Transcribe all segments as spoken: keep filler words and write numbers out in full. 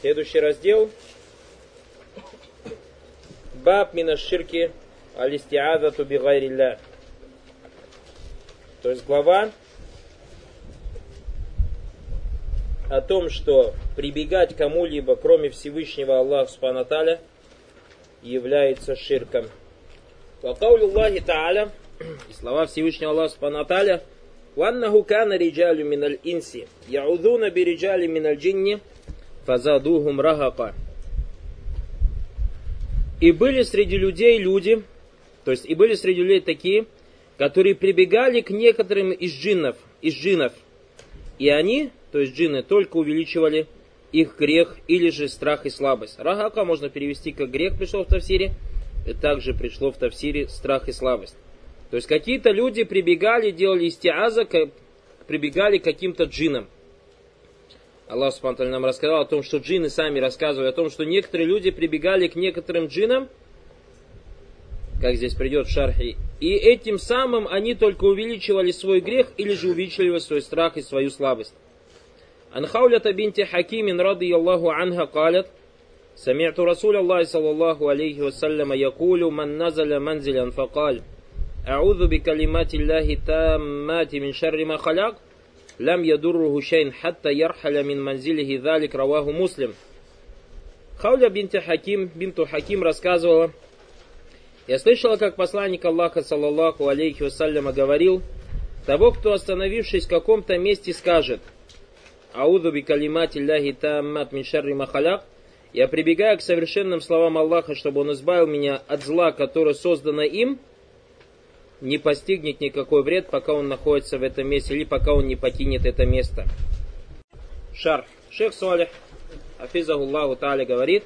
Следующий раздел. Баб мина ширки алистиазату би гайрилля. То есть глава о том, что прибегать к кому-либо, кроме Всевышнего Аллаха Субхану ва Тааля, является ширком. Ва каулю Аллахи Тааля, и слова Всевышнего Аллаха Субхану ва Тааля: «Ваннаху кана риджалю миналь инси, яудуна би риджали миналь джинни, фазадухум рахака». И были среди людей люди, то есть и были среди людей такие, которые прибегали к некоторым из джиннов, из джиннов, и они, то есть джинны, только увеличивали их грех или же страх и слабость. Рахака можно перевести как грех, пришло в тафсире, и также пришло в тафсире страх и слабость. То есть какие-то люди прибегали, делали истиаза, прибегали к каким-то джиннам. Аллах Субхану ва Тааля нам рассказал о том, что джинны сами рассказывали о том, что некоторые люди прибегали к некоторым джиннам, как здесь придет в шархе, и этим самым они только увеличивали свой грех или же увеличивали свой страх и свою слабость. Ан Хаулята бинти Хакимин радийаллаху анха قالت: سمعت رسول الله صلى الله عليه وسلم يقول من نزل منزلا فقال أعوذ بكلمات الله التامات من شر ما خلق لم يضره شيء حتى يرحل من منزله ذلك. رواه مسلم. Хауля бинти Хаким, бинту Хаким рассказывала: я слышала, как посланник Аллаха, саллаллаху алейхи вассаляма, говорил: того, кто, остановившись в каком-то месте, скажет: «Аузу би калимати Аллахи таммат мин шарри ма халяк», я прибегаю к совершенным словам Аллаха, чтобы он избавил меня от зла, которое создано им, не постигнет никакой вред, пока он находится в этом месте, или пока он не покинет это место. Шарх. Шейх Салих, хафизахуллаху тааля, говорит: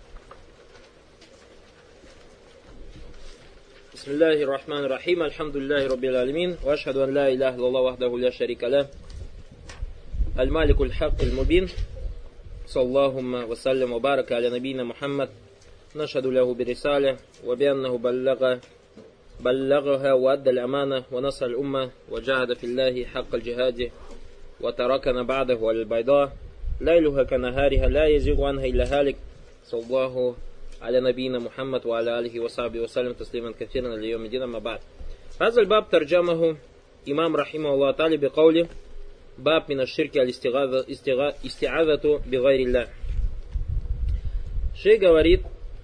Бисмиллахи рахмани рахим, альхамдулиллахи раббил алямин, ва ашхаду ан ла илляха илляллаху вахдаху ля шарика лах, аль-маликуль хаккуль мубин, саллахумма ва саллям ва барака аля набийна Мухаммад, нашхаду лаху би рисале, ва би аннаху баллага بلغها وأدى الأمانة ونصر الأمة وجاهد في الله حق الجهاد وتركنا بعده على البيضاء ليلها كنهارها لا يزيغ عنها إلا هالك. صلى الله على نبينا محمد وعلى آله وصحبه وسلم تسليما كثيرا ليوم الدين. أما بعد. هذا الباب ترجمه إمام رحمه الله تعالى بقوله: باب من الشرك الاستعاذة بغير الله. Шейх говорит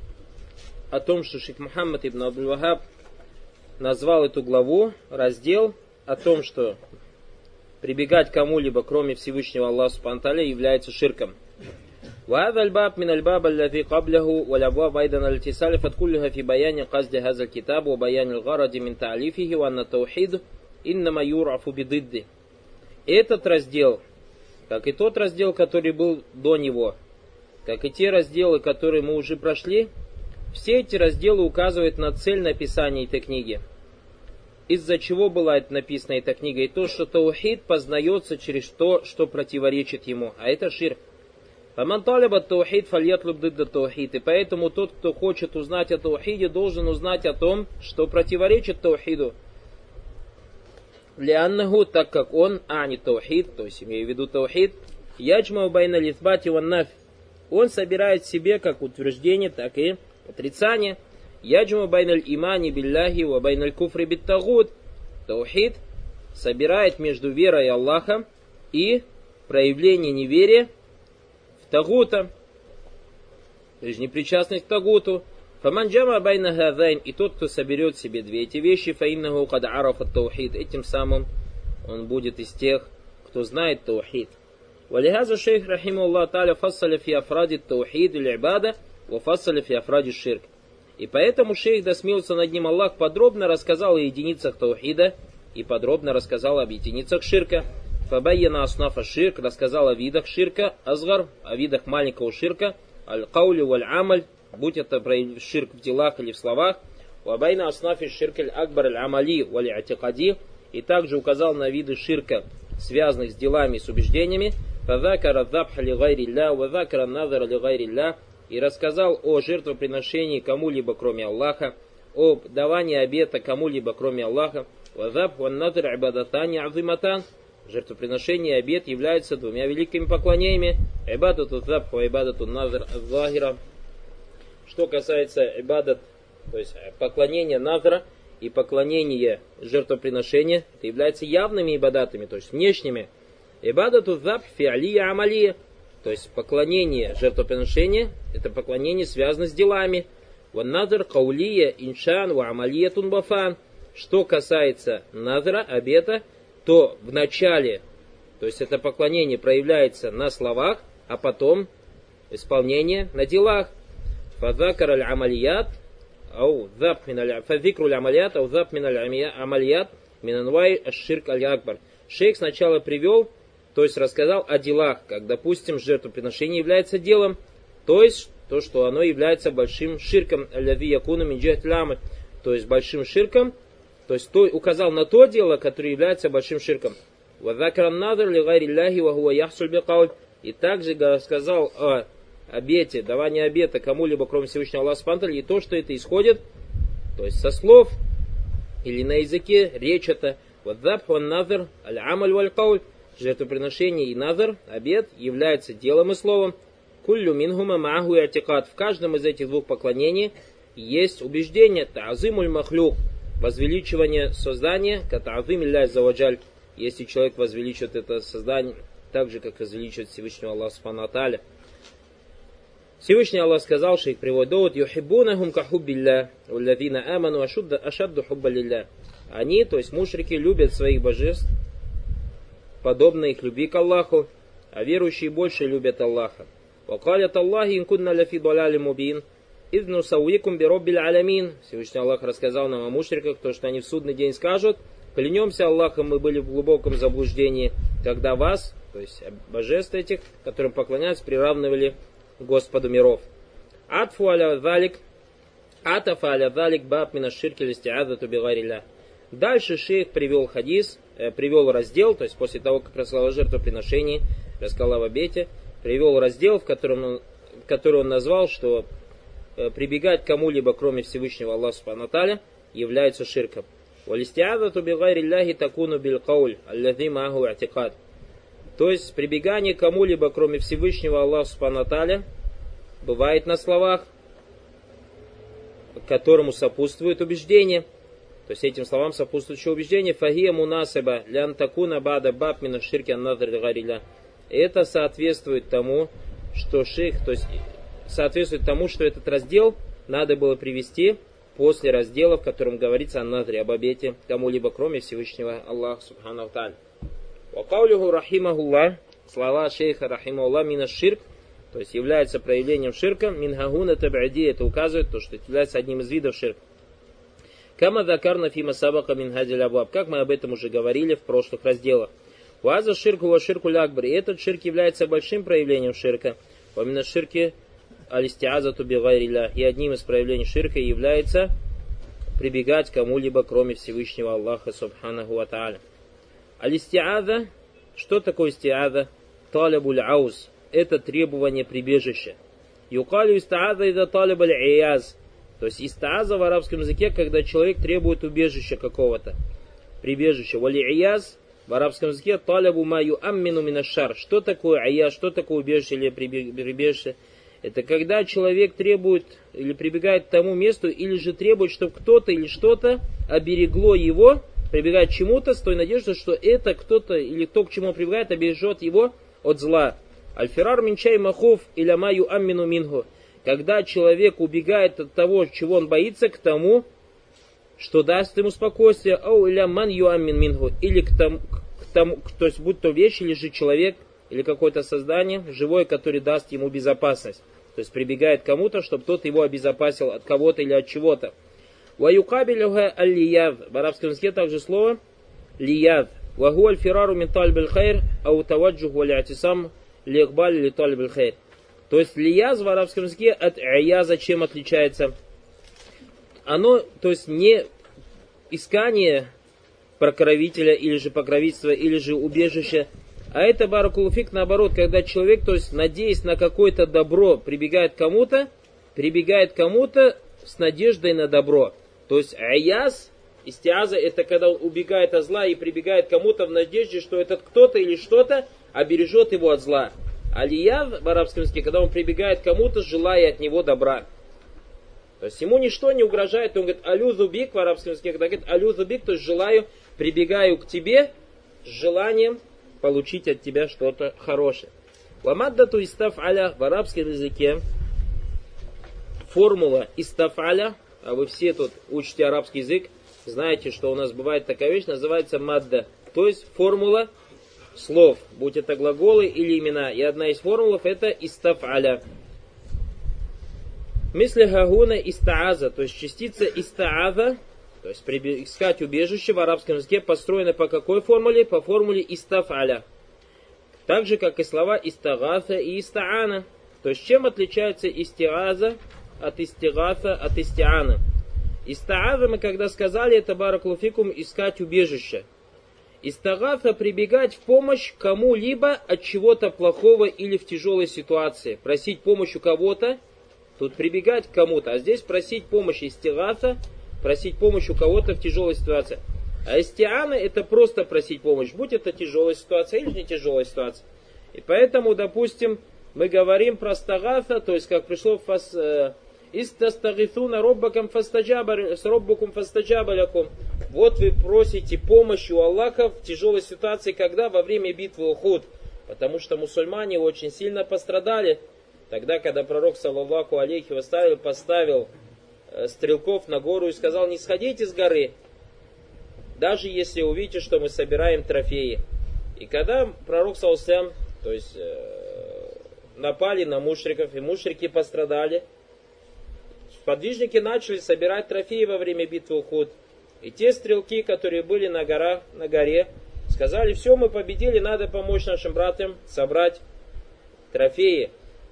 о том, что шейх Мухаммад ибн Абдуль-Вахаб назвал эту главу, раздел о том, что прибегать к кому-либо, кроме Всевышнего Аллаха Субхану ва Тааля, является ширком. وهذا الباب من الباب الذي قبله والأبواب أيضا التي سلفت كلها في بيان قصد هذا الكتاب وبيان الغرض من تأليفه وأن التوحيد إنما يعرف بضده. Этот раздел, как и тот раздел, который был до него, как и те разделы, которые мы уже прошли, все эти разделы указывают на цель написания этой книги. Из-за чего была написана эта книга? И то, что таухид познается через то, что противоречит ему. А это ширк. Фаман талаба таухид фальятлуб дидда таухид. И поэтому тот, кто хочет узнать о таухиде, должен узнать о том, что противоречит таухиду. Лианнаху, так как он, а не таухид, то есть имею в виду таухид, яджмау байна литбати ван нафь. Он собирает в себе как утверждение, так и отрицание. Яджму байналь имани билляхи ва байналь куфри биттагут. Таухид собирает между верой Аллаха и проявление неверия в тагута, то есть непричастность к тагуту. Фаман джама байна хазайн, и тот, кто соберет в себе две эти вещи, фаиннаху кад арафа таухид, этим самым он будет из тех, кто знает таухид. Валихаза шейх рахимахуллах тааля фассаля фи афради таухид или ибада вафассаля фи афради ширк. И поэтому шейх, да смеялся над ним Аллах, подробно рассказал о единицах таухида и подробно рассказал об единицах ширка. Фабайяна аснафа ширк, рассказал о видах ширка, азгар, о видах маленького ширка, аль-каули валь-амаль, будь это ширк в делах или в словах, вабайна аснафи ширк аль-акбар аль-амали валь-атикади, и также указал на виды ширка, связанных с делами и с убеждениями, фазакара дзабха ли гайрилля, вазакара назара ли гайрилля, и рассказал о жертвоприношении кому-либо кроме Аллаха, об давании обета кому-либо кроме Аллаха, вазаб ван назар ибадатани азиматан, жертвоприношение и обед являются двумя великими поклонениями. Ибадату забх ва ибадату назр аз-захира. Что касается ибадат, то есть поклонения назра и поклонения жертвоприношения, это являются явными ибадатами, то есть внешними. Ибадату забх фи'алия амалия. То есть поклонение жертвоприношения, это поклонение связано с делами. Ван назр каулия иншан ва амалиятун бафан. Что касается назра, обета, то в начале, то есть это поклонение проявляется на словах, а потом исполнение на делах. Фазакар аль-амалият, ау забх мин аль фазикру аль-амалият, ау забх мин аль-амалият, мин анвай аш-ширк аль-акбар. Шейх сначала привел, то есть рассказал о делах, как, допустим, жертвоприношение является делом, то есть то, что оно является большим ширком, аль-лади якуну мин джихат аль-амаль, то есть большим ширком, то есть то, указал на то дело, которое является большим ширком. И также сказал о обете, давании обета кому-либо, кроме Всевышнего Аллаха Субхану ва Тааля, и то, что это исходит, то есть со слов, или на языке, речь это, жертвоприношение и назар, обет, является делом и словом. Куллю минхума мааху и атикат. В каждом из этих двух поклонений есть убеждение, та'азимуль махлюк, возвеличивание создания, ката'азим илля аззаваджаль, если человек возвеличивает это создание, так же, как возвеличивает Всевышнего Аллаха Субхану ва Тааля. Всевышний Аллах сказал, шейх приводит довод, юхиббунахум кахуббилля, уллазина аману ашадду хубба лилля. Они, то есть мушрики, любят своих божеств, подобно их любви к Аллаху, а верующие больше любят Аллаха. Вакалят Аллахи инкунна лафи даляли мубин, изну сауикум бироббиль аламин. Всевышний Аллах рассказал нам о мушриках, то, что они в судный день скажут, клянемся Аллахом, мы были в глубоком заблуждении, когда вас, то есть божеств этих, которым поклоняются, приравнивали Господу миров. Атфу аля залик, атафа аля залик баб мина ширки листиазату бигарилля. Дальше шейх привел хадис, э, привел раздел, то есть после того, как рассказал о жертвоприношении, рассказал об обете, привел раздел, в котором он, который он назвал, что э, прибегать к кому-либо, кроме Всевышнего Аллаха Субхану ва Тааля, является ширком. Валистиазату бигарилляхи такуну билькауль, аллази маху атикад. То есть прибегание к кому-либо, кроме Всевышнего Аллаха Субхану ва Тааля, бывает на словах, которому сопутствует убеждение. То есть этим словам сопутствующее убеждение. Фахия мунасаба лян такуна бада баб мина ширки аннадр гариля. Это соответствует тому, что шейх, то есть соответствует тому, что этот раздел надо было привести после раздела, в котором говорится о надре, об обете кому-либо, кроме Всевышнего Аллаха Субхану ва Тааля. Вакаулюху рахимахуллах, слова шейха рахимахуллах мина ширк, то есть является проявлением ширка, минхагуна табади, это указывает, то, что это является одним из видов ширка. Кама закарна фима сабака мин хадиль абуаб, как мы об этом уже говорили в прошлых разделах. Ваза ширку ва ширку лякбар, и этот ширк является большим проявлением ширка. Помимо ширки алистиазату бигайрилля, и одним из проявлений ширка является прибегать к кому-либо, кроме Всевышнего Аллаха Субханаху ва Тааля. Алистиаза, что такое истиаза? Талабуль ауз, это требование прибежища. Юкалю истааза иза талабуль ияз. То есть истааза в арабском языке, когда человек требует убежища какого-то. Прибежище. Вали ияз в арабском языке талабу маю аммину минашар. Что такое ияз, что такое убежище или прибежище? Это когда человек требует или прибегает к тому месту, или же требует, чтобы кто-то или что-то оберегло его, прибегает к чему-то с той надеждой, что это кто-то или то, к чему он прибегает, обережет его от зла. Аль-фирар минчай махов иля маю аммину минху. Когда человек убегает от того, чего он боится, к тому, что даст ему спокойствие, ау иля ман юаммин минху, или к тому, к тому, то есть будь то вещь, или же человек, или какое-то создание живое, которое даст ему безопасность. То есть прибегает к кому-то, чтобы тот его обезопасил от кого-то или от чего-то. Ваюкабилюха аль-лияв. В арабском языке также слово лияв. Вагу аль-фирару мин талибиль хайр, ау таваджух валя-атисам ликбаль ли талибиль хайр. То есть лияз в арабском языке от аяза чем отличается? Оно, то есть не искание покровителя или же покровительства, или же убежища, а это баракулуфик наоборот, когда человек, то есть надеясь на какое-то добро, прибегает к кому-то, прибегает к кому-то с надеждой на добро. То есть аяз Истиаза это когда он убегает от зла и прибегает к кому-то в надежде, что этот кто-то или что-то обережет его от зла. Алияв в арабском языке, когда он прибегает к кому-то, желая от него добра. То есть ему ничто не угрожает, он говорит алюзубик в арабском языке, когда говорит алюзубик, то есть желаю, прибегаю к тебе с желанием получить от тебя что-то хорошее. Ламаддату истаф'аля в арабском языке формула истаф'аля, а вы все тут учите арабский язык, знаете, что у нас бывает такая вещь, называется мадда, то есть формула слов, будь это глаголы или имена. И одна из формул это истаф'аля. Мисли гагуна истааза, то есть частица истааза, то есть искать убежище в арабском языке построена по какой формуле? По формуле истаф'аля. Так же, как и слова истагаса и истаана. То есть чем отличается истиаза от истигаса, от истиана? Истааза мы когда сказали, это баракулуфикум, искать убежище. Истагаса прибегать в помощь кому-либо от чего-то плохого или в тяжелой ситуации. Просить помощь у кого-то, тут прибегать к кому-то, а здесь просить помощь истигаса, просить помощь у кого-то в тяжелой ситуации. А истиана это просто просить помощь, будь это тяжелая ситуация или не тяжелая ситуация. И поэтому, допустим, мы говорим про стагаса, то есть как пришло фас... Истастагисуна роббакам фастаджаба с роббукум фастаджаба лякум. Вот вы просите помощи у Аллаха в тяжелой ситуации, когда во время битвы Ухуд. Потому что мусульмане очень сильно пострадали. Тогда, когда пророк, саллаллаху алейхи вассалям, поставил стрелков на гору и сказал: не сходите с горы, даже если увидите, что мы собираем трофеи. И когда пророк, саллаллаху алейхи вассалям, то есть напали на мушриков, и мушрики пострадали, подвижники начали собирать трофеи во время битвы Ухуд. И те стрелки, которые были на горах, на горе, сказали: все, мы победили, надо помочь нашим братьям собрать трофеи.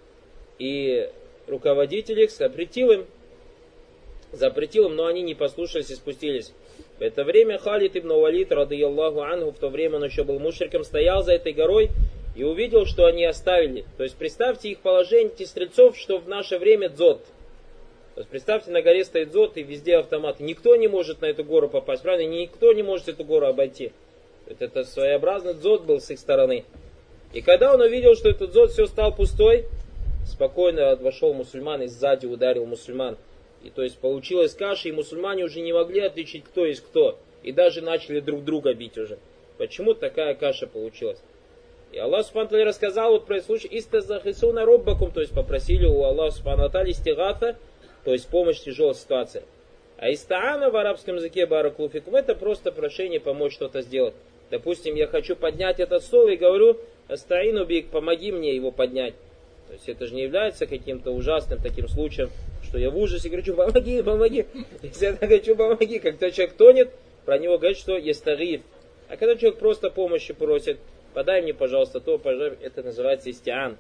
И руководитель их запретил им, запретил им, но они не послушались и спустились. В это время Халид ибн Валид, радийаллаху анху, в то время он еще был мушриком, стоял за этой горой и увидел, что они оставили. То есть представьте их положение, этих стрельцов, что в наше время дзот. То есть представьте, на горе стоит дзот и везде автоматы. Никто не может на эту гору попасть, правда? Никто не может эту гору обойти. Это своеобразный дзот был с их стороны. И когда он увидел, что этот дзот все стал пустой, спокойно вошел мусульман и сзади ударил мусульман. И то есть получилась каша, и мусульмане уже не могли отличить, кто есть кто. И даже начали друг друга бить уже. Почему такая каша получилась? И Аллах субхану ва тааля рассказал вот про случай истазахисуна роббакум, то есть попросили у Аллаха субхану ва тааля истигата, то есть помощь в тяжелой ситуации. А истаана в арабском языке баракулуфикум это просто прошение помочь что-то сделать. Допустим, я хочу поднять этот стол и говорю: астаину бик, помоги мне его поднять. То есть это же не является каким-то ужасным таким случаем, что я в ужасе говорю: помоги, помоги. Если я хочу, помоги. Когда человек тонет, про него говорят, что есть тариф. А когда человек просто помощи просит: подай мне, пожалуйста, то, пожалуйста, это называется истиан.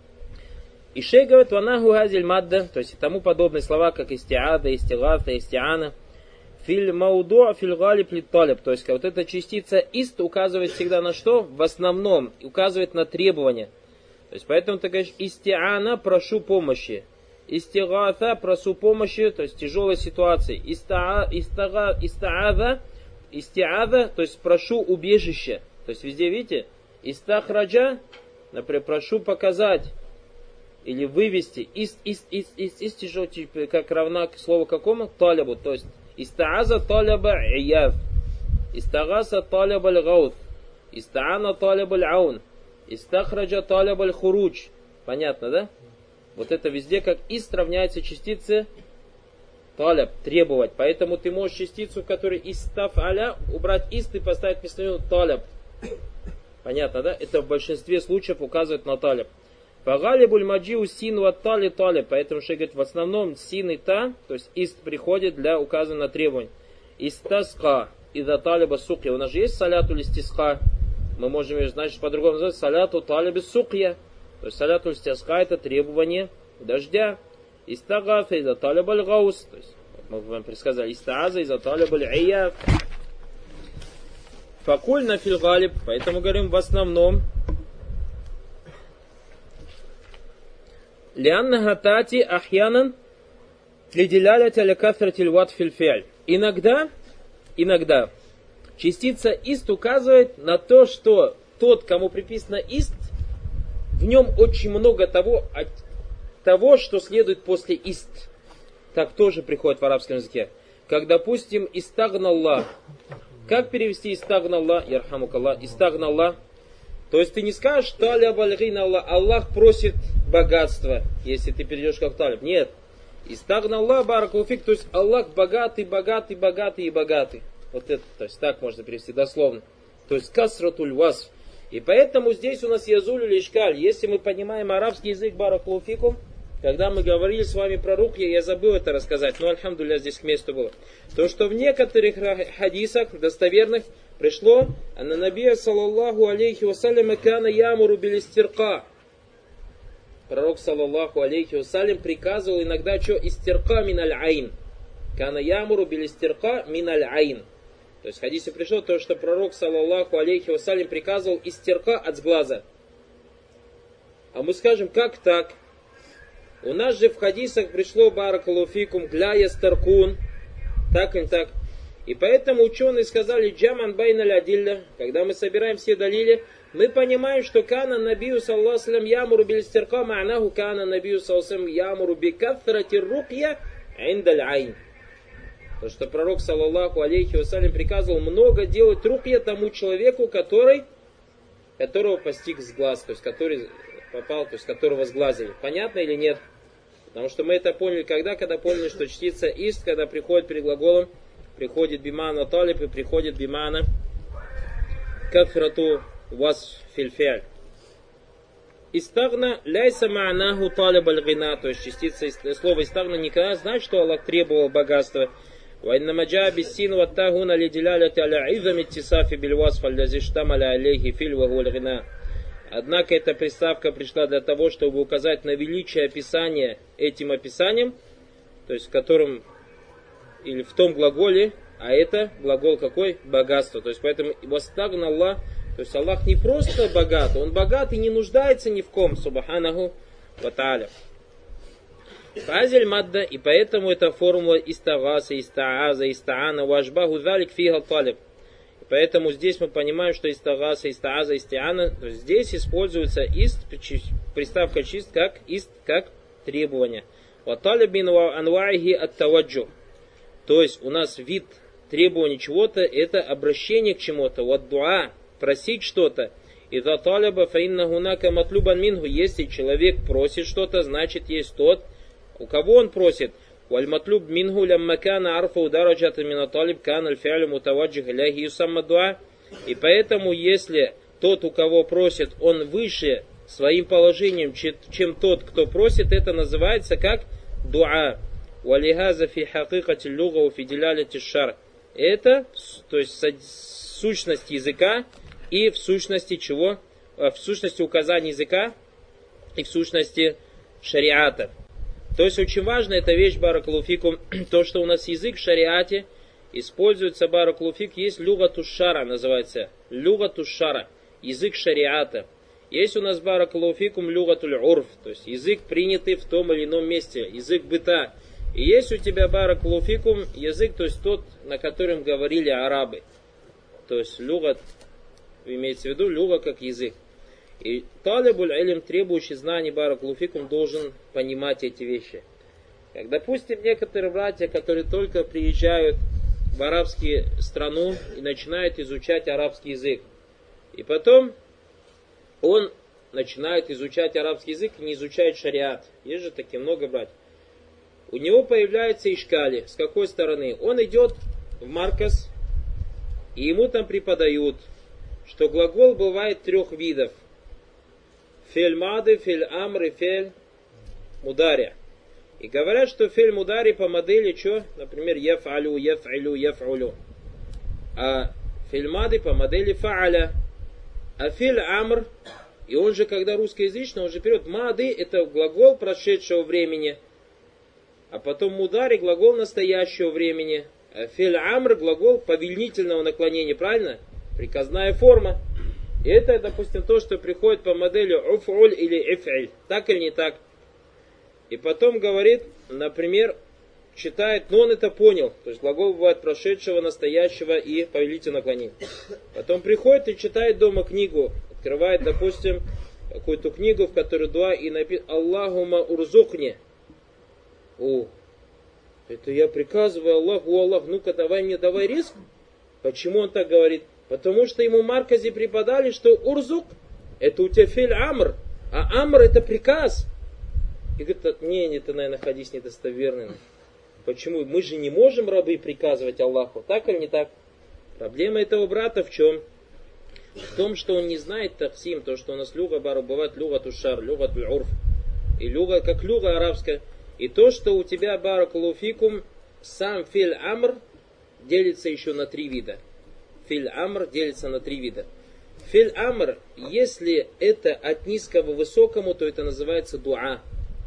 И шейх говорит: ванаху газиль мадда, то есть и тому подобные слова, как истиада, истигафа, истиана. Филь мауду, филь галиб, литталиб. То есть вот эта частица ист указывает всегда на что? В основном указывает на требование. То есть поэтому ты говоришь истиана, прошу помощи. Истигафа, прошу помощи, то есть в тяжелой ситуации. Истаа, истага, истааза, истиаза, то есть прошу убежище. То есть везде видите? Истахраджа, например, прошу показать. Или вывести из, из, из, из, из тяжелого, как равна к слову какому? Талябу. То есть истааза таляба ияв. Истагаса таляба лгаут. Истаана таляба лаун. Истахраджа таляба лхуруч. Понятно, да? Вот это везде как ист равняется частице таляб, требовать. Поэтому ты можешь частицу, в которой истаф аля, убрать ист и поставить вместо него таляб. Понятно, да? Это в большинстве случаев указывает на таляб. Фагалибуль маджиу син ва тали тали. Поэтому шейх говорит, в основном син и та, то есть ист приходит для указывания на требования. Истаска иза талиба сукья. У нас же есть саляту листиска. Мы можем ее, значит, по-другому назвать саляту талиба сукья. То есть саляту листиска это требование дождя. Истагафа иза талиба лгаус. То есть мы вам предсказали. Истааза иза талиба л'ияф. Факульна фил галиб. Поэтому говорим в основном. Лианна гатати ахьянан лидилялят аля кафратиль ват фильфиаль. Иногда иногда. Частица ист указывает на то, что тот, кому приписано ист, в нем очень много того, того, что следует после ист. Так тоже приходит в арабском языке. Как, допустим, истагналлах. Как перевести истагналлах? Ярхамукаллах. Истагналлах. То есть ты не скажешь таляб аль-гина Аллах. Аллах просит богатства, если ты перейдешь как таляб. Нет. Истагналлах баракулуфик. То есть Аллах богатый, богатый, богатый и богатый. Вот это, то есть так можно перевести дословно. То есть касратуль васф. И поэтому здесь у нас язулю лишкаль. Если мы понимаем арабский язык баракулуфикум, когда мы говорили с вами про рукья, я забыл это рассказать, но альхамдулилля здесь к месту было. То, что в некоторых хадисах достоверных пришло, анна набия саллаллаху алейхи вассалям кана ямуру билистирка. Пророк саллаллаху алейхи вассалям приказывал иногда что? Истирка миналь айн. Кана ямуру билистирка миналь айн. То есть в хадисе пришло то, что пророк саллаллаху алейхи вассалям приказывал истирка от глаза. А мы скажем, как так? У нас же в хадисах пришло баракалуфикум гля ястаркун, так и так. И поэтому ученые сказали джаман байналь адилля, когда мы собираем все далили, мы понимаем, что кана набию саллаллаху салям ямуру билистирка ма'наху кана набию саллаллаху салям ямуру бикафрати рукья индаль айн. То, что пророк саллаллаху алейхи вассалям приказывал много делать рукья тому человеку, который, которого постиг с глаз, то есть который попал, то есть которого сглазили. Понятно или нет? Потому что мы это поняли когда? Когда поняли, что частица ист, когда приходит перед глаголом, приходит бимана талиб и приходит бимана кафрату вас фильфиаль. Истагна ляйса ма'наху талиб аль-гина, то есть частица слова истагна никогда знает, что Аллах требовал богатства. وإنما جاء بالسين والتاء هنا لدلالة على عظم اتصاف بالوصف الذي اشتمل عليه فعل وهو الغنى. Однако эта приставка пришла для того, чтобы указать на величие описания этим описанием, то есть в котором, или в том глаголе, а это глагол какой? Богатство. То есть поэтому вастагна Аллах, то есть Аллах не просто богат, Он богат и не нуждается ни в ком, субханаху ва тааля. Фазиль мадда, и поэтому эта формула истагаса, истааза, истаана, важбаху залик фига талиб. Поэтому здесь мы понимаем, что истагаса, истааза, истиана, то есть здесь используется ист, приставка чист, как ист, как требование. Ваталиб мин анваихи ат-таваджу. То есть у нас вид требования чего-то, это обращение к чему-то. Вот дуа, просить что-то. И за талиба фаинна гунака матлюбан мингу. Если человек просит что-то, значит есть тот, у кого он просит. والمطلوب منه لما كان عرفه درجة من الطالب كان الفعل متوجه إليه يسمى الدعاء. И поэтому, если тот, у кого просит, он выше своим положением, чем тот, кто просит, это называется как дуа. ولهذا في حقيقة اللغة وفي دلالة الشرع. Это, то есть сущность языка и в сущности чего? В сущности указания языка и в сущности шариата. То есть очень важно эта вещь, баракалуфикум, то, что у нас язык в шариате используется, баракалуфик, есть люгату шара, называется, люгату шара, язык шариата. Есть у нас, баракалуфикум, люгатуль урф, то есть язык, принятый в том или ином месте, язык быта. И есть у тебя, баракалуфикум, язык, то есть тот, на котором говорили арабы. То есть люгат, имеется в виду, люга как язык. И талибуль илм, требующий знаний, баракалуфикум, должен понимать эти вещи. Как, допустим, некоторые братья, которые только приезжают в арабскую страну и начинают изучать арабский язык. И потом он начинает изучать арабский язык и не изучает шариат. Есть же такие много братьев. У него появляются ишкали. С какой стороны? Он идет в марказ, и ему там преподают, что глагол бывает трех видов. Фель мады, фель амр и фель мудари. И говорят, что фель мудари по модели что? Например, яф'алю, яф'илю, яф'улю. А фель мады по модели фа'аля. А фель амр, и он же, когда русскоязычный, он же берет мады, это глагол прошедшего времени. А потом мудари, глагол настоящего времени. А фель амр, глагол повелительного наклонения, правильно? Приказная форма. И это, допустим, то, что приходит по модели уф'уль или иф'иль. Так или не так? И потом говорит, например, читает, но он это понял. То есть глагол бывает прошедшего, настоящего и повелительного наклонения. Потом приходит и читает дома книгу, открывает, допустим, какую-то книгу, в которой дуа, и написано «Аллахума урзукни». О, это я приказываю Аллаху, о Аллах, ну-ка давай мне, давай риск. Почему он так говорит? Потому что ему маркази преподали, что урзук это у тебя филь амр, а амр это приказ. И говорит, не, это, наверное, хадис недостоверный. Почему? Мы же не можем рабы приказывать Аллаху, так или не так? Проблема этого брата в чем? В том, что он не знает таксим, то, что у нас люга бару бывает люга тушар, люга туль-урф, и люга как люга арабская. И то, что у тебя баракалуфикум сам филь амр делится еще на три вида. Филь амр делится на три вида. Филь амр, если это от низкого к высокому, то это называется дуа.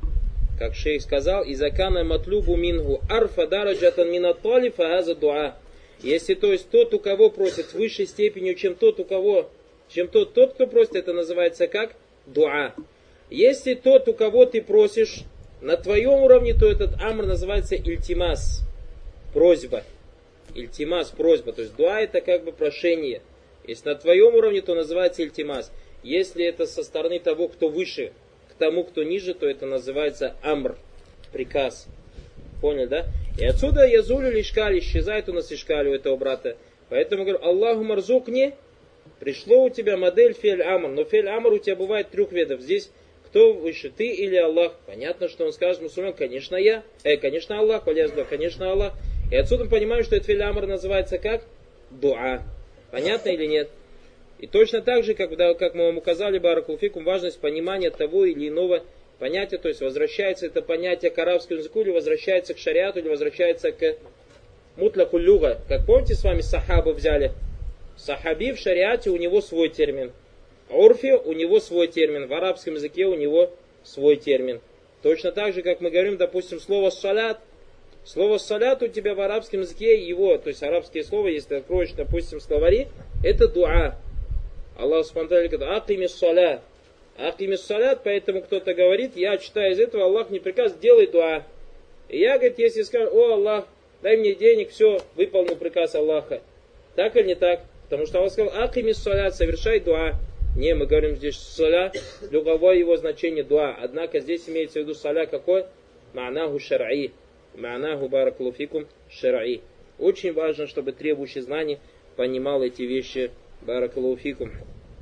Как шейх сказал, изакана матлюбу мингу арфа дараджатан минаттали фааза дуа. Если то есть тот, у кого просит с высшей степенью, чем тот, у кого, чем тот, тот, кто просит, это называется как дуа. Если тот, у кого ты просишь, на твоем уровне, то этот амр называется ильтимас, просьба. Ильтимас, просьба. То есть дуа это как бы прошение. Если на твоем уровне, то называется ильтимас. Если это со стороны того, кто выше, к тому, кто ниже, то это называется амр, приказ. Понял, да? И отсюда язулю лишкаль, исчезает у нас ишкаль у этого брата. Поэтому говорю, Аллаху марзукни, пришло у тебя модель фель амр. Но фель амр у тебя бывает трех видов. Здесь кто выше, ты или Аллах? Понятно, что он скажет мусульман, конечно я. Э, конечно Аллах, валязда, конечно Аллах. И отсюда мы понимаем, что этот филь амр называется как дуа. Понятно или нет? И точно так же, как, да, как мы вам указали, баракулфикум, важность понимания того или иного понятия, то есть возвращается это понятие к арабскому языку, или возвращается к шариату, или возвращается к мутляку люга. Как помните, с вами сахабу взяли? Сахаби в шариате у него свой термин. Урфе у него свой термин, в арабском языке у него свой термин. Точно так же, как мы говорим, допустим, слово «салят». Слово «салят» у тебя в арабском языке, его, то есть арабские слова, если откроешь, допустим, словари, это дуа. Аллах субхану говорит, «Акимис салят». «Акимис салят», поэтому кто-то говорит, я читаю из этого, Аллах не приказ, делай дуа. И я, говорит, если скажу, о Аллах, дай мне денег, все, выполнил приказ Аллаха. Так или не так? Потому что Аллах сказал, «Акимис салят», совершай дуа. Не, мы говорим здесь саля, люговое его значение дуа. Однако здесь имеется в виду саля какой? Ма'наху шар'и. Ма'наху баракалуфикум шар'и. Очень важно, чтобы требующий знаний понимал эти вещи баракалуфикум.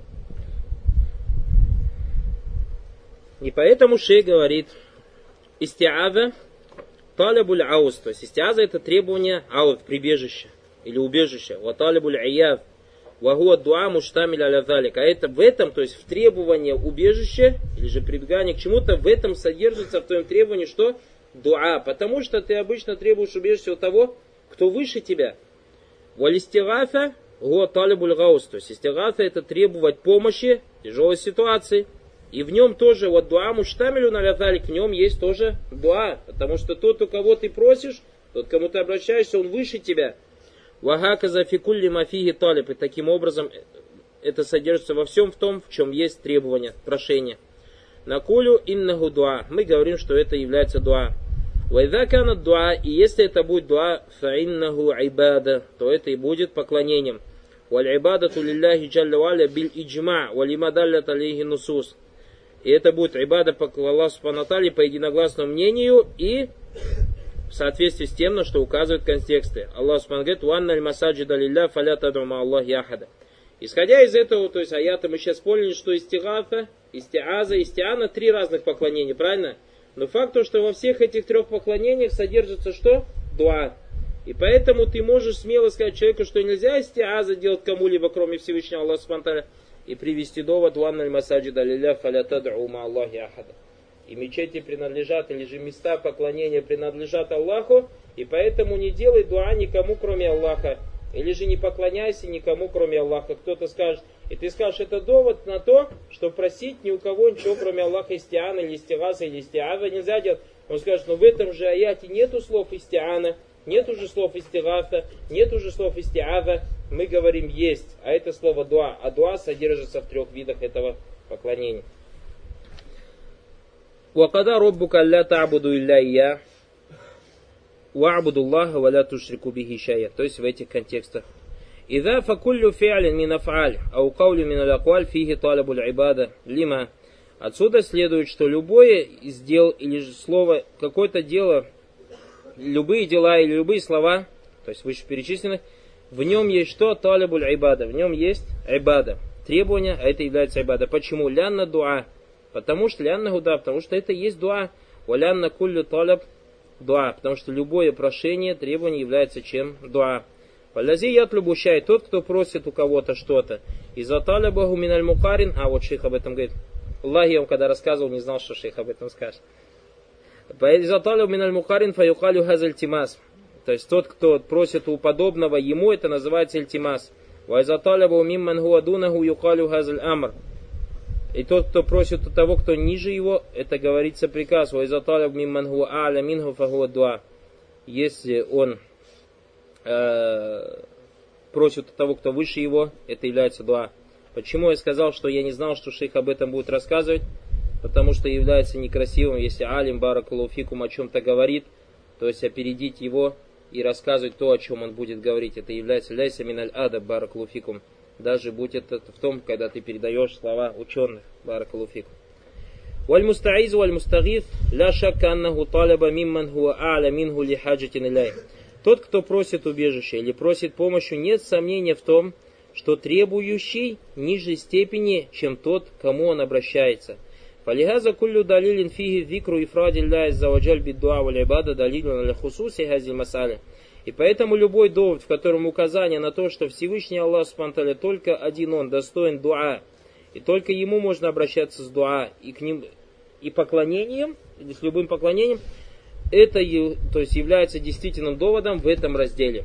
И поэтому шейх говорит, истиаза талабуль ауз. То есть истиаза это требование ауз, прибежище или убежище. Ва талабуль аяв. Вагуа дуа муштамиль аля залик. А это в этом, то есть в требовании убежища, или же прибегание к чему-то, в этом содержится в твоем требовании что? Дуа. Потому что ты обычно требуешь убежища у того, кто выше тебя. Валистигафа гуа талибуль гаус. То есть истигафа это требовать помощи в тяжелой ситуации. И в нем тоже вот дуа муштамилю аля залик, в нем есть тоже дуа. Потому что тот, у кого ты просишь, тот, к кому ты обращаешься, он выше тебя. Вагаказа фикулли мафиги талиб. И таким образом это содержится во всем в том, в чем есть требование, прошение. Накулю иннаху дуа. Мы говорим, что это является дуа. Вайза кана дуа. И если это будет дуа, фаиннаху айбада, то это и будет поклонением. Валь айбадату лилляхи джалля валя биль иджма, валима даллят алейхи нусус. И это будет айбада по Аллаху субхану ва тааля по единогласному мнению и в соответствии с тем, на что указывают контексты. Аллах субхану говорит, «Уанна аль-масаджида лилля фаля тад'у ма Аллахи ахада». Исходя из этого, то есть аята, мы сейчас поняли, что истигафа, истиаза, истиана, три разных поклонения, правильно? Но факт то, что во всех этих трех поклонениях содержится что? Дуа. И поэтому ты можешь смело сказать человеку, что нельзя истиаза делать кому-либо, кроме Всевышнего Аллаха субхану ва тааля, и привести довод, «Уанна аль-масаджида лилля фаля тад'у ма Аллахи ахада». И мечети принадлежат, или же места поклонения принадлежат Аллаху, и поэтому не делай дуа никому, кроме Аллаха. Или же не поклоняйся никому, кроме Аллаха. Кто-то скажет, и ты скажешь, это довод на то, что просить ни у кого ничего, кроме Аллаха, истиана, или истигаса, или истиаза нельзя делать. Он скажет, но в этом же аяте нету слов истиана, нету же слов истигаса, нету же слов истиаза. Мы говорим, есть, а это слово дуа. А дуа содержится в трех видах этого поклонения. وَقَدَا رَبُّكَ أَلَّا تَعْبُدُوا إِلَّا إِيَّاهُ. ва'будуллаха ва ля тушрику бихи шай'а. То есть в этих контекстах. Иза факуллю фи'алин мин аф'аль, ау каулю мин аль-акваль фихи талабуль ибада. Лима. Отсюда следует, что любое из дел или слово, какое-то дело, любые дела или любые слова, то есть вышеперечисленных, в нем есть что? Талабуль ибада. В нем есть ибада. Требования, а это является ибада. Почему? Лянна дуа. Потому что лянна гуда, потому что это есть дуа. Валянна куллю талаб дуа. Потому что любое прошение, требование является чем? Дуа. Валязи ятлюбу шай. Тот, кто просит у кого-то что-то. Иза талабаху миналь мукарин. А вот шейх об этом говорит. Аллах, я вам когда рассказывал, не знал, что шейх об этом скажет. Иза талабаху миналь мукарин фаюкалю хазаль тимас. То есть тот, кто просит у подобного ему, это называется ильтимас. Вайза талабаху мимман хуа дунаху юкалю хазаль амр. И тот, кто просит у того, кто ниже его, это говорится приказ. Вайза талабаху мимман хуа а'ля минху фахуа дуа. Если он э, просит у того, кто выше его, это является дуа. Почему я сказал, что я не знал, что шейх об этом будет рассказывать? Потому что является некрасивым, если алим баракаллаху фикум о чем-то говорит, то есть опередить его и рассказывать то, о чем он будет говорить. Это является ляйса миналь адаб баракаллаху фикум. Даже будь это в том, когда ты передаешь слова ученых. Баракаллаху фикум. Валь мустаиз валь мустагиф ля шакка аннаху талаба мимман хуа а'ля минху ли хаджатин иляй. Тот, кто просит убежища или просит помощи, нет сомнения в том, что требующий ниже степени, чем тот, к кому он обращается. Фалихаза куллю далилин фиги викру ифради ля иззаваджаль биддуа валь ибада далилин аля хусуси хазиль масаля. И поэтому любой довод, в котором указание на то, что Всевышний Аллах субхану ва тааля только один Он достоин дуа, и только Ему можно обращаться с дуа и к ним и поклонением, или с любым поклонением, это, то есть, является действительным доводом в этом разделе.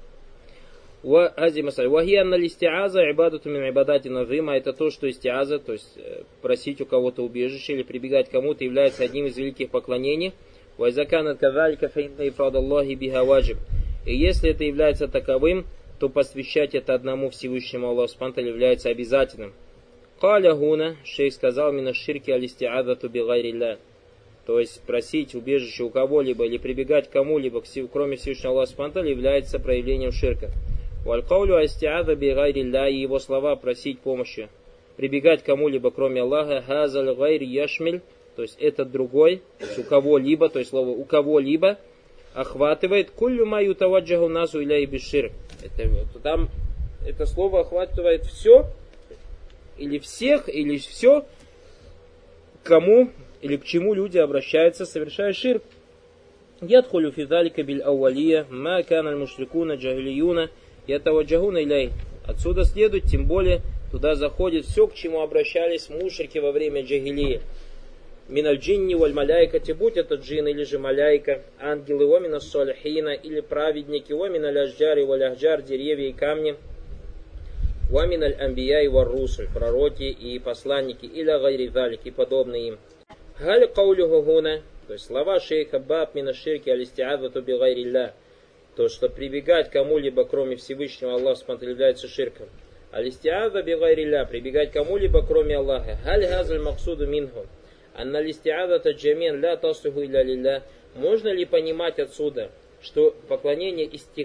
Вахианна листиаза ибадату мин ибадати назима. Это то, что истиаза, то есть просить у кого-то убежище или прибегать к кому-то, является одним из великих поклонений. Вайзаканат казалика фаинна ифрадаллахи биха ваджиб. И если это является таковым, то посвящать это одному Всевышнему Аллаху субхану ва тааля является обязательным. Каля гуна, шейх сказал, мина ширки алистиазату бигайрилля. То есть просить убежище у кого-либо или прибегать к кому-либо, кроме Всевышнего Аллаха субхану ва тааля, является проявлением ширка. Валькаулю астиаза бигайрилля, и его слова просить помощи, прибегать к кому-либо, кроме Аллаха, хазаль гайр яшмиль, то есть этот другой, то есть у кого-либо, то есть слово у кого-либо, охватывает куллю маю таваджаху насу иляй бишир. Это, там, это слово охватывает все, или всех, или все, кому или к чему люди обращаются, совершая ширк. Ядхулю фидалика биль ауалия, ма каналь мушрикуна джахилиюна, ятаваджахуна иляй. Отсюда следует, тем более, туда заходит все, к чему обращались мушрики во время джахилии. Миналь джинни валь маляйкати, будь это джин или же маляйка, ангелы, вамина салихина, или праведники, вамина ляжджари валь ахджар, деревья и камни, ваминаль амбия и варрусуль, пророки и посланники, или гайри залик, и подобные им. Галь каулюху гуна, то есть слова шейха баб мина ширки алистиазату бигайрилля, то, что прибегать к кому-либо, кроме Всевышнего Аллаха субхану ва тааля, является ширком. Алистиаза бигайрилля, прибегать к кому-либо, кроме Аллаха. Галь газаль максуду минху. Анна листиазата джамин ля таслиху илля лилля. Можно ли понимать отсюда, что поклонение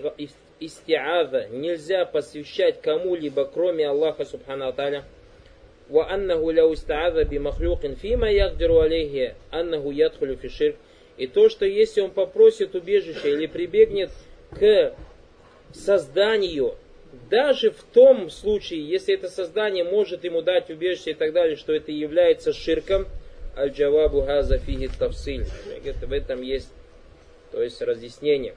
истиаза нельзя посвящать кому-либо, кроме Аллаха субхану ва тааля? Ва аннаху ля устааза би махлюкин фима ягдиру алейхи аннаху ядхулю фи ширк. И то, что если он попросит убежища или прибегнет к созданию, даже в том случае, если это создание может ему дать убежище и так далее, что это является ширком, аль-джавабу газа фиги тавсиль. В этом есть, то есть, разъяснение.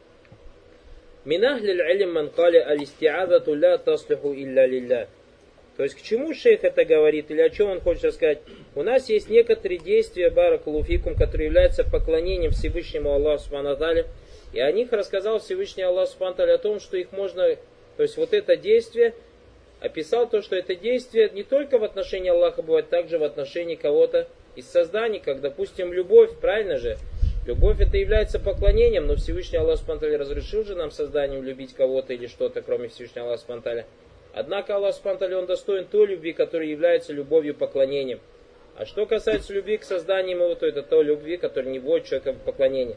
Минахлиль илм ман каля алистиазату ля таслиху илля лилля. То есть, к чему шейх это говорит, или о чем он хочет рассказать? У нас есть некоторые действия, баракаллаху фикум, которые являются поклонением Всевышнему Аллаху субхану ва тааля. И о них рассказал Всевышний Аллах субхану ва тааля о том, что их можно, то есть вот это действие, описал то, что это действие не только в отношении Аллаха бывает, также в отношении кого-то из созданий, как, допустим, любовь, правильно же? Любовь это является поклонением, но Всевышний Аллах субхану ва тааля разрешил же нам созданием любить кого-то или что-то, кроме Всевышнего Аллаха субхану ва тааля. Однако Аллах субхану ва тааля, он достоин той любви, которая является любовью поклонением. А что касается любви к созданиям его, то это то любви, которая не вводит человека в поклонение.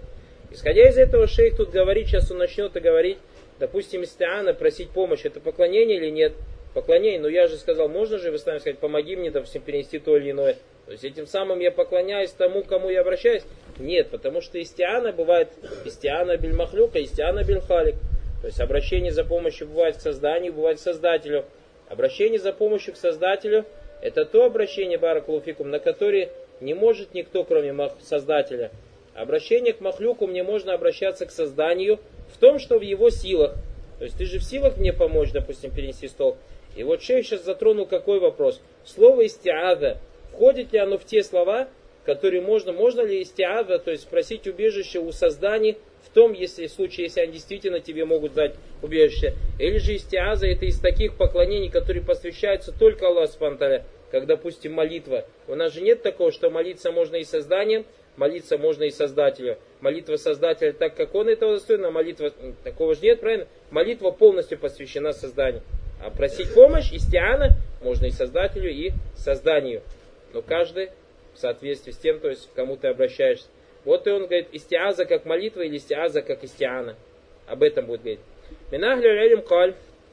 Исходя из этого, шейх тут говорит, сейчас он начнет и говорить, допустим, истиана, просить помощь, это поклонение или нет? Поклонение, но я же сказал, можно же в исламе сказать, помоги мне, допустим, перенести то или иное. То есть этим самым я поклоняюсь тому, кому я обращаюсь? Нет, потому что истиана бывает истиана биль махлюка, истиана биль халик. То есть обращение за помощью бывает к созданию, бывает к создателю. Обращение за помощью к создателю — это то обращение, баракаллаху фикум, на которое не может никто, кроме создателя. Обращение к махлюку мне можно обращаться к созданию в том, что в его силах. То есть ты же в силах мне помочь, допустим, перенести стол. И вот шейх сейчас затронул какой вопрос. Слово истиаза, входит ли оно в те слова, которые можно, можно ли истиаза, то есть просить убежище у созданий, в том, если в случае, если они действительно тебе могут дать убежище. Или же истиаза — это из таких поклонений, которые посвящаются только Аллаху субхану ва тааля, как, допустим, молитва. У нас же нет такого, что молиться можно и созданием, молиться можно и создателю. Молитва создателя так, как он этого достоин, а молитва такого же нет, правильно? Молитва полностью посвящена созданию. А просить помощь, истиана, можно и создателю, и созданию. Но каждый в соответствии с тем, то есть к кому ты обращаешься. Вот и он говорит, истиаза как молитва или истиаза как истиана. Об этом будет говорить. Минахлю лялим каль.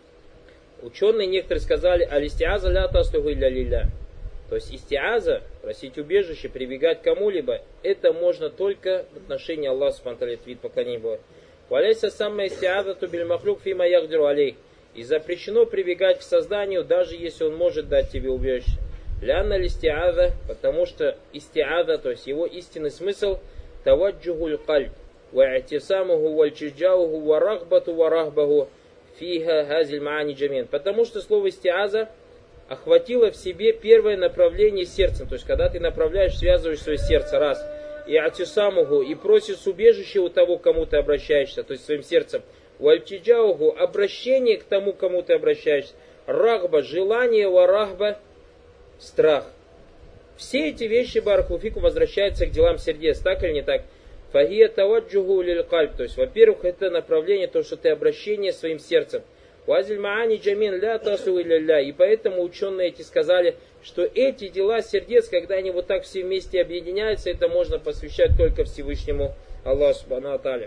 Ученые некоторые сказали, аль-истиаза ля таслюху илля лилля. То есть истиаза, просить убежище, прибегать к кому-либо, это можно только в отношении Аллаха субхану ва тааля, вид поклонения бывает. Валяйся самая истиаза ту биль махлюк фима яхдиру алейх. И запрещено прибегать к созданию, даже если он может дать тебе убежище. Лянна листиаза, потому что истиаза, то есть его истинный смысл, таваджухуль кальб, ва'тисамуху вальчиджауху варахбату варахбаху фиха хазиль маани джамин. Потому что слово истиаза охватило в себе первое направление сердцем. То есть когда ты направляешь, связываешь свое сердце, раз. И атисамуху, и просишь убежище у того, к кому ты обращаешься, то есть своим сердцем. Вальчиджауху, обращение к тому, кому ты обращаешься. Рахба, желание, варахба, страх. Все эти вещи, баракаллаху фикум, возвращаются к делам сердец, так или не так? Фахия таваджуху лиль кальб, то есть, во-первых, это направление, то, что ты обращение своим сердцем. Вазиль маани джамин ля тасу илля. И поэтому ученые эти сказали, что эти дела сердец, когда они вот так все вместе объединяются, это можно посвящать только Всевышнему Аллаху субхану ва тааля.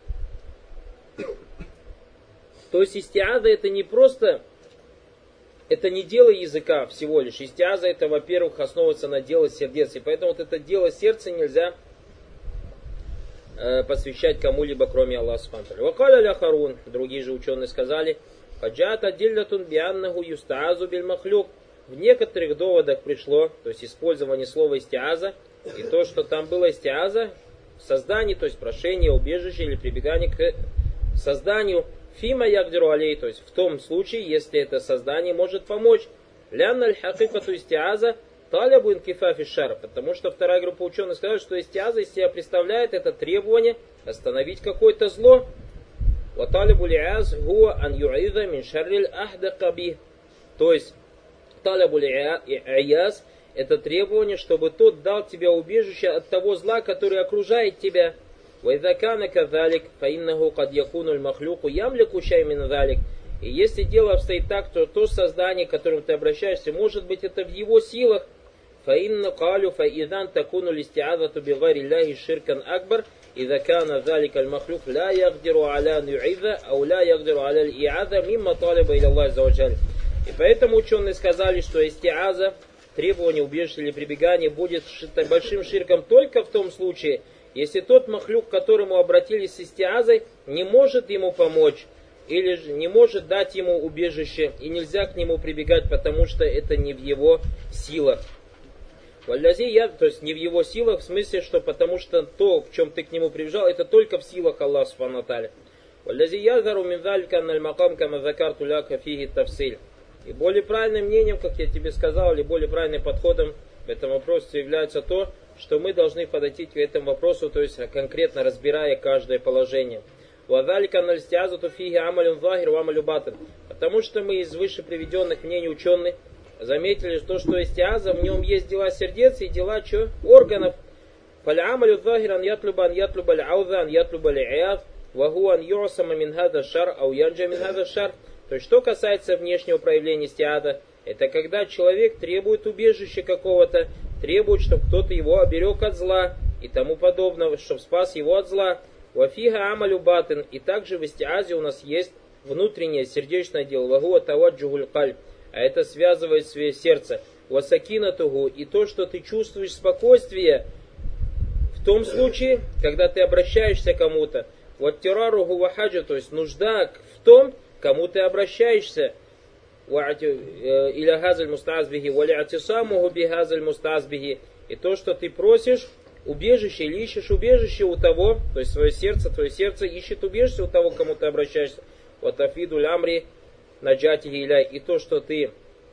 То есть истиаза это не просто, это не дело языка всего лишь. Истиаза это, во-первых, основывается на дело сердец. И поэтому вот это дело сердца нельзя э, посвящать кому-либо, кроме Аллаха субхану ва тааля. Вакаля ля харун, другие же ученые сказали, хаджат адиллятун бианнаху юстаазу биль махлюк. В некоторых доводах пришло, то есть использование слова истиаза, и то, что там было истиаза, создание, то есть прошение, убежище или прибегание к созданию, фима ягдиру алей, то есть в том случае, если это создание может помочь. Лянна аль-хакикату истиаза талябу инкифафи шар, потому что вторая группа ученых сказала, что истиаза из себя представляет это требование остановить какое-то зло. Ва талябу лиаз хуа ан ю'ида мин шарриль ахдакаби, то есть талябу лиаз это требование, чтобы тот дал тебе убежище от того зла, который окружает тебя. وَإِذَا كَانَ كَذَلِكَ فَإِنَّهُ قَدْ يَكُونُ الْمَخْلُوقُ يَمْلِكُ شَيْءً مِنْ ذَلِكَ. И если дело обстоит так, то то создание, к которому ты обращаешься, может быть это в его силах. فَإِنَّ قَالُوا فَإِذَا تَكُونُ الْإِسْتِعَاذَةُ بِغَيْرِ اللَّهِ شِرْكًا أَكْبَرَ إِذَا كَانَ ذَلِكَ الْمَخْلُوقُ لَا يَقْدِرُ عَلَى أَنْ يُعِيذَ أَوْ لَا يَقْدِرُ عَلَى الْإِعَاذَةِ مِمَّا طَلَبَ إِلَى اللَّهِ عَزَّ وَجَلَّ. И поэтому ученые сказали, что истиаза, требование убежища или прибегания, будет большим ширком только в том случае, если тот махлюк, к которому обратились с истиазой, не может ему помочь, или же не может дать ему убежище, и нельзя к нему прибегать, потому что это не в его силах. Валлязи я, то есть не в его силах, в смысле, что потому что то, в чем ты к нему прибежал, это только в силах Аллаха субхану ва тааля. Валлязи язару мин залика наль макам кама закарту ляка фиги тавсиль. И более правильным мнением, как я тебе сказал, или более правильным подходом в этом вопросе является то, что мы должны подойти к этому вопросу, то есть конкретно разбирая каждое положение. Потому что мы из выше приведенных мнений ученых заметили, что, что истиаза, в нем есть дела сердец и дела что? Органов. То есть, что касается внешнего проявления истиаза, это когда человек требует убежища какого-то, требует, чтобы кто-то его оберег от зла и тому подобного, чтобы спас его от зла. Вафига амалю батин. И также в истиазе у нас есть внутреннее сердечное дело. Вагуа таваджухуль кальб. А это связывает свое сердце. Васакинатугу. И то, что ты чувствуешь спокойствие в том случае, когда ты обращаешься к кому-то. Ваттираругу вахаджа. То есть нужда в том, кому ты обращаешься. Иля газаль мустазбихи. Валя атисамуху бихазаль мустазбихи. И то, что ты просишь убежище или ищешь убежище у того, то есть свое сердце, твое сердце ищет убежище у того, к кому ты обращаешься. Вот афиду лямри наджати иля. И то, что ты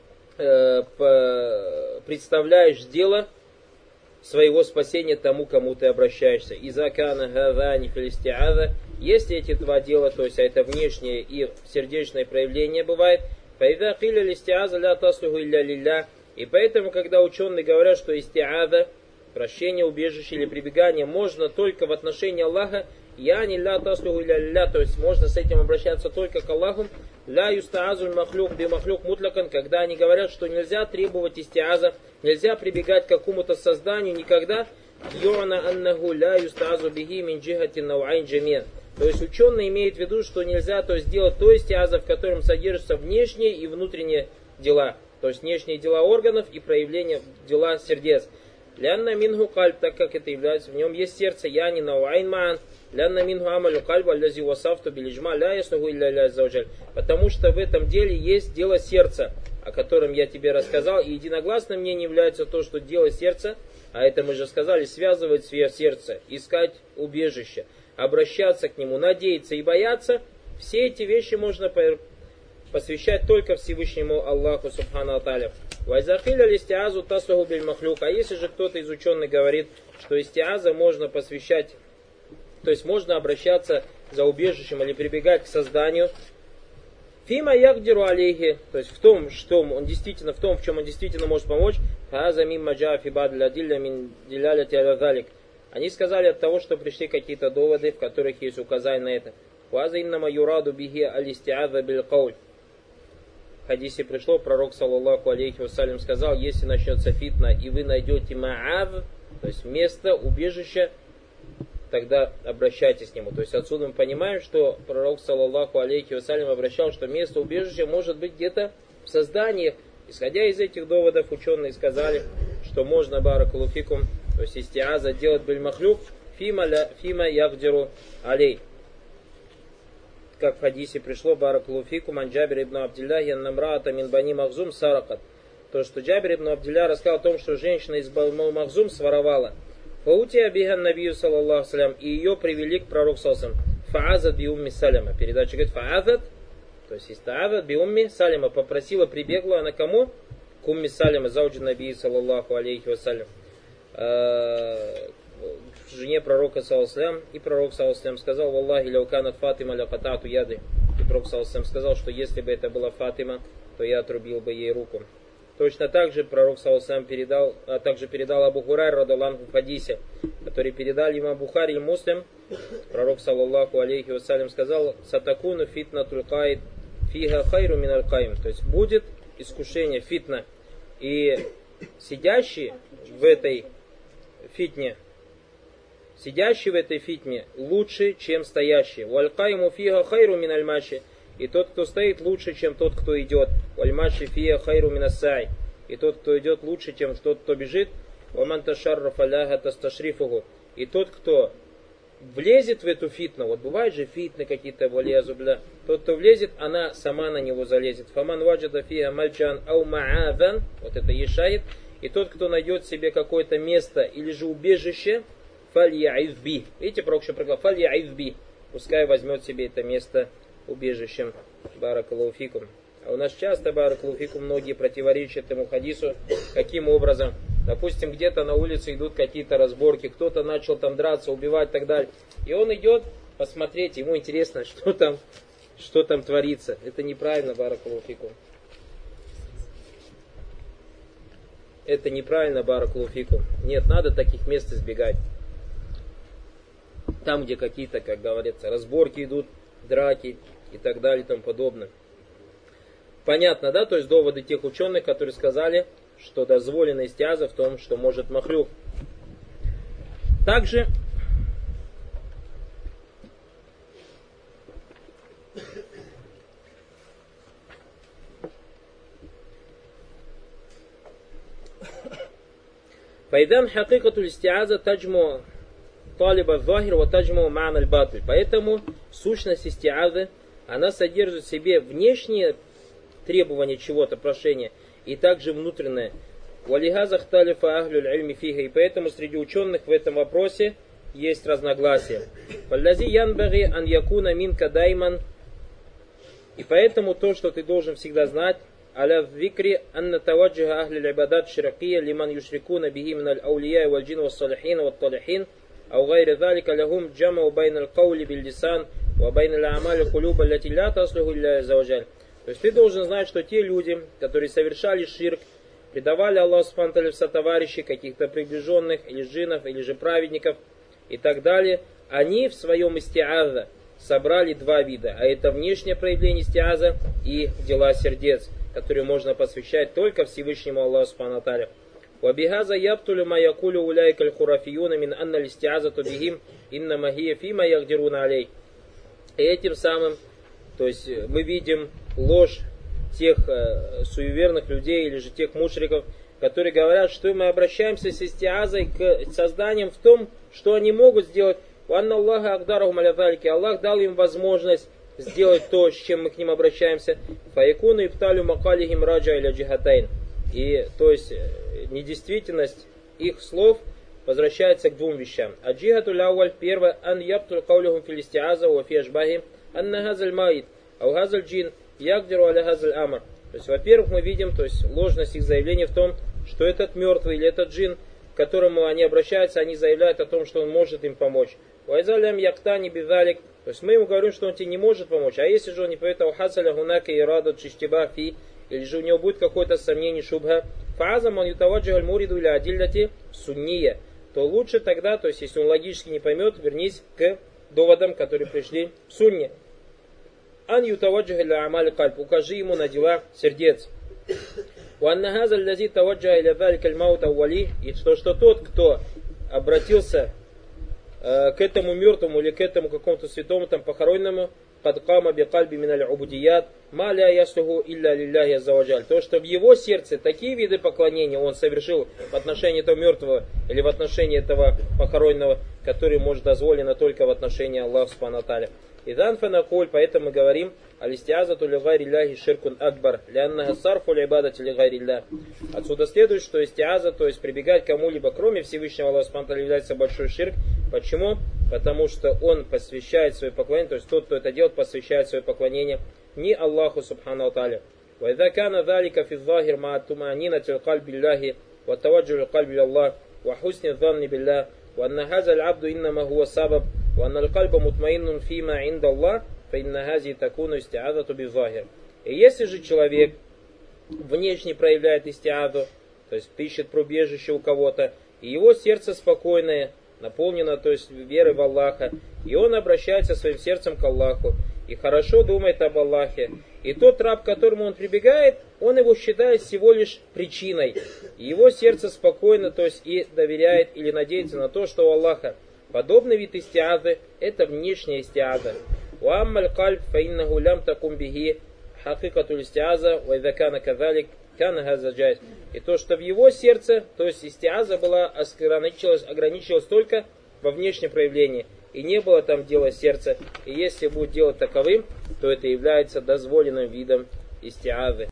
э, представляешь дело своего спасения тому, кому ты обращаешься. Изакана гавани филистиаза. Если эти два дела, то есть это внешнее и сердечное проявление бывает, фаида киля листиаза ля таслуху илля лилля. И поэтому, когда ученые говорят, что истиаза, прощение, убежище или прибегание можно только в отношении Аллаха, я не ля таслуху илля лилля, то есть можно с этим обращаться только к Аллаху, ля юстаазуль махлюк би махлюк мутлакан, когда они говорят, что нельзя требовать истиаза, нельзя прибегать к какому-то созданию никогда, йона аннаху ля юстаазу биги мин джихати навайн джамия. То есть ученые имеют в виду, что нельзя то есть делать то истиаза, в котором содержатся внешние и внутренние дела. То есть внешние дела органов и проявления дела сердец. Лянна минху кальб, так как это является, в нем есть сердце, я не науайн маан. Лянна минху амалю кальба, лязи васафту билиджма, ля яснуху илля ля заужаль. Потому что в этом деле есть дело сердца, о котором я тебе рассказал. И единогласным мнением является то, что дело сердца, а это мы же сказали, связывать свое сердце, искать убежище, обращаться к нему, надеяться и бояться. Все эти вещи можно посвящать только Всевышнему Аллаху Субхану Аталя. Вайзахиля листиазу таслуху биль махлюк. А если же кто-то из ученых говорит, что истиаза можно посвящать, то есть можно обращаться за убежищем или прибегать к созданию, фима ягдиру алейхи, то есть в том, что он действительно, в том, в чем он действительно может помочь, хаза мим маджа фибад ладилля мин диляляти алядалик. Они сказали от того, что пришли какие-то доводы, в которых есть указание на это. Хаза иннама юраду биги алистиаза биль кауль. В хадисе пришло, пророк, саллаллаху алейхи вассалям, сказал, если начнется фитна, и вы найдете маав, то есть место, убежище, тогда обращайтесь к нему. То есть отсюда мы понимаем, что пророк, саллаллаху алейхи вассалям, обращал, что место убежища может быть где-то в созданиях. Исходя из этих доводов, ученые сказали, что можно баракалуфикум, то есть истиаза делать бельмахлюк, фима, фима ягдиру алей. Как в хадисе пришло, баракалуфику, ман Джабир ибн Абдилляхи, аннамраата мин бани Махзум саракат. То, что Джабир ибн Абдилля рассказал о том, что женщина из Махзум своровала. Фаутия бихан набию, саллаллаху салям, и ее привели к пророку, саллаллаху салям. Фаазад би умми саляма. Передача говорит, фаазад, то есть истаазад би умми саляма, попросила, прибегла она кому? К умми саляма, зауджи набию, саллаллаху алейхи вассалям. Жене пророка, саллаллаху, и пророк, саллаллаху, сказал, валлахи ляуканат Фатима ля катату яды. И пророк, саллаллаху, сказал, что если бы это была Фатима, то я отрубил бы ей руку. Точно так же пророк, саллаллаху, передал, а также передал Абу Хурайра радаллаху в хадисе, который передали имам Бухари и Муслим. Пророк, саллаллаху алейхи вассалям, сказал, сатакуну фитна тулькаид фига хайру миналь каим. То есть будет искушение, фитна. И сидящий в этой фитне, сидящий в этой фитне лучше, чем стоящий. Валькайму фига хайру миналь маши. И тот, кто стоит, лучше, чем тот, кто идет. Вальмаши фига хайру минасай. И тот, кто идет, лучше, чем тот, кто бежит. Ваманташарраф аляха тасташрифугу. И тот, кто влезет в эту фитну, вот бывают же фитны какие-то, валиязубля. Тот, кто влезет, она сама на него залезет. Фаман ваджада фига мальчан ау ма'адан. Вот это ешает. И тот, кто найдет себе какое-то место или же убежище, фалья'изби. Видите, пророк еще проговорил, фалья'изби. Пускай возьмет себе это место убежищем. Баракалуфикум. А у нас часто, баракалуфикум, многие противоречат этому хадису. Каким образом? Допустим, где-то на улице идут какие-то разборки, кто-то начал там драться, убивать и так далее. И он идет посмотреть, ему интересно, что там, что там творится. Это неправильно, баракалуфикум. Это неправильно, баракалуфикум. Нет, надо таких мест избегать. Там, где какие-то, как говорится, разборки идут, драки и так далее и тому подобное. Понятно, да? То есть доводы тех ученых, которые сказали, что дозволена истиаза в том, что может махлюк. Также Файдан хакикатуль истиаза таджму талиба захир ва таджму ма'на аль-батиль. Поэтому сущность истиазы, она содержит в себе внешние требования чего-то, прошения, и также внутреннее. Валихаза хталифа ахлюль ильми фиха. И поэтому среди ученых в этом вопросе есть разногласия. Фаллази янбаги ан якуна минка дайман. И поэтому то, что ты должен всегда знать, аля викри анна таваджиха ахлюль ибадат ширакия лиман юшрикуна бихи мин аль-аулия валь джин вал салихин вал талихин. أو غير ذلك لهم جمع بين القول باللسان وبين الأعمال القلوب التي لا تصلح إلا عز وجل. То есть ты должен знать, что те люди, которые совершали ширк, предавали Аллаху субхану ва тааля в сотоварищи каких-то приближенных, или джиннов, или же праведников и так далее, они в своем истиаза собрали два вида, а это внешнее проявление истиаза и дела сердец, которые можно посвящать только Всевышнему Аллаху субхану ва тааля. وبهذا يبطل ما يقول أولئك الخرافيون من أن الاستعاذة بهم إنما هي فيما يقدرون عليه. И этим самым, то есть мы видим ложь тех э, суеверных людей или же тех мушриков, которые говорят, что мы обращаемся с истиазой к созданиям в том, что они могут сделать. Ванна Аллаха Агдарахум аля залики. Аллах дал им возможность сделать то, с чем мы к ним обращаемся. Фаякуну ибталю макалихим раджа иля джихатайн. И то есть недействительность их слов возвращается к двум вещам. Аджихату лауаль, первое, ан ябтуль каулихум фил истиаза ва фи ашбахим, анна хазаль маид, ау хазаль джин, ягдиру аля хазаль амар. То есть, во-первых, мы видим, то есть ложность их заявления в том, что этот мертвый или этот джин, к которому они обращаются, они заявляют о том, что он может им помочь. Вайзалям яктани бидалик, то есть мы ему говорим, что он тебе не может помочь. А если же он не поверит, ау хазаля гунака и раду чиштиба фи, или же у него будет какое-то сомнение, шубха, фаазам он ютаваджа аль-муриду или адиллати сунния, то лучше тогда, то есть если он логически не поймет, вернись к доводам, которые пришли в сунне. Ан ютаваджа иля амали кальб, укажи ему на дела сердец. Уанна хаза лази таваджа иля далик аль-маут ауали, и что, что тот, кто обратился э, к этому мертвому или к этому какому-то святому, там, похороненному, кадкама бикальби миналь убудият, ма ля яслуху илля лилляхи аззаваджаль. То, что в его сердце такие виды поклонения он совершил в отношении этого мертвого или в отношении этого похороненного, которые может дозволено только в отношении Аллаха субхану ва тааля. Идан фанакуль, поэтому мы говорим, алистиазату ли гайри ляхи ширкун акбар, ляннага сарфу ли ибадати ли гайри лях. Отсюда следует, что истиаза, то есть прибегать к кому-либо, кроме Всевышнего Аллаха субхану ва тааля, является большой ширк. Почему? Потому что он посвящает свое поклонение, то есть тот, кто это делает, посвящает свое поклонение не Аллаху субхану ва тааля. وإذا كان ذلك في الظاهر مع الطمأنينة القلب بالله والتوجه القلب إلى الله وحسن الظن بالله وأن هذا العبد إنما هو سبب وأن القلب مطمئن فيما عند الله فإن هذه تكون استعاذة بالظاهر. И если же человек внешне проявляет истиазу, то есть ищет прибежище у кого-то, и его сердце спокойное, наполнено, то есть верой в Аллаха, и он обращается своим сердцем к Аллаху, и хорошо думает об Аллахе, и тот раб, к которому он прибегает, он его считает всего лишь причиной, и его сердце спокойно, то есть и доверяет или надеется на то, что у Аллаха. Подобный вид истиазы – это внешняя истиаза. «Уаммаль кальб фаиннаху лям такум бихи хакикатуль истиаза ва идза кана казалик кана хаза джайз». И то, что в его сердце, то есть истиаза была ограничилась, ограничилась только во внешнем проявлении, и не было там дела сердца. И если будет дело таковым, то это является дозволенным видом истиазы.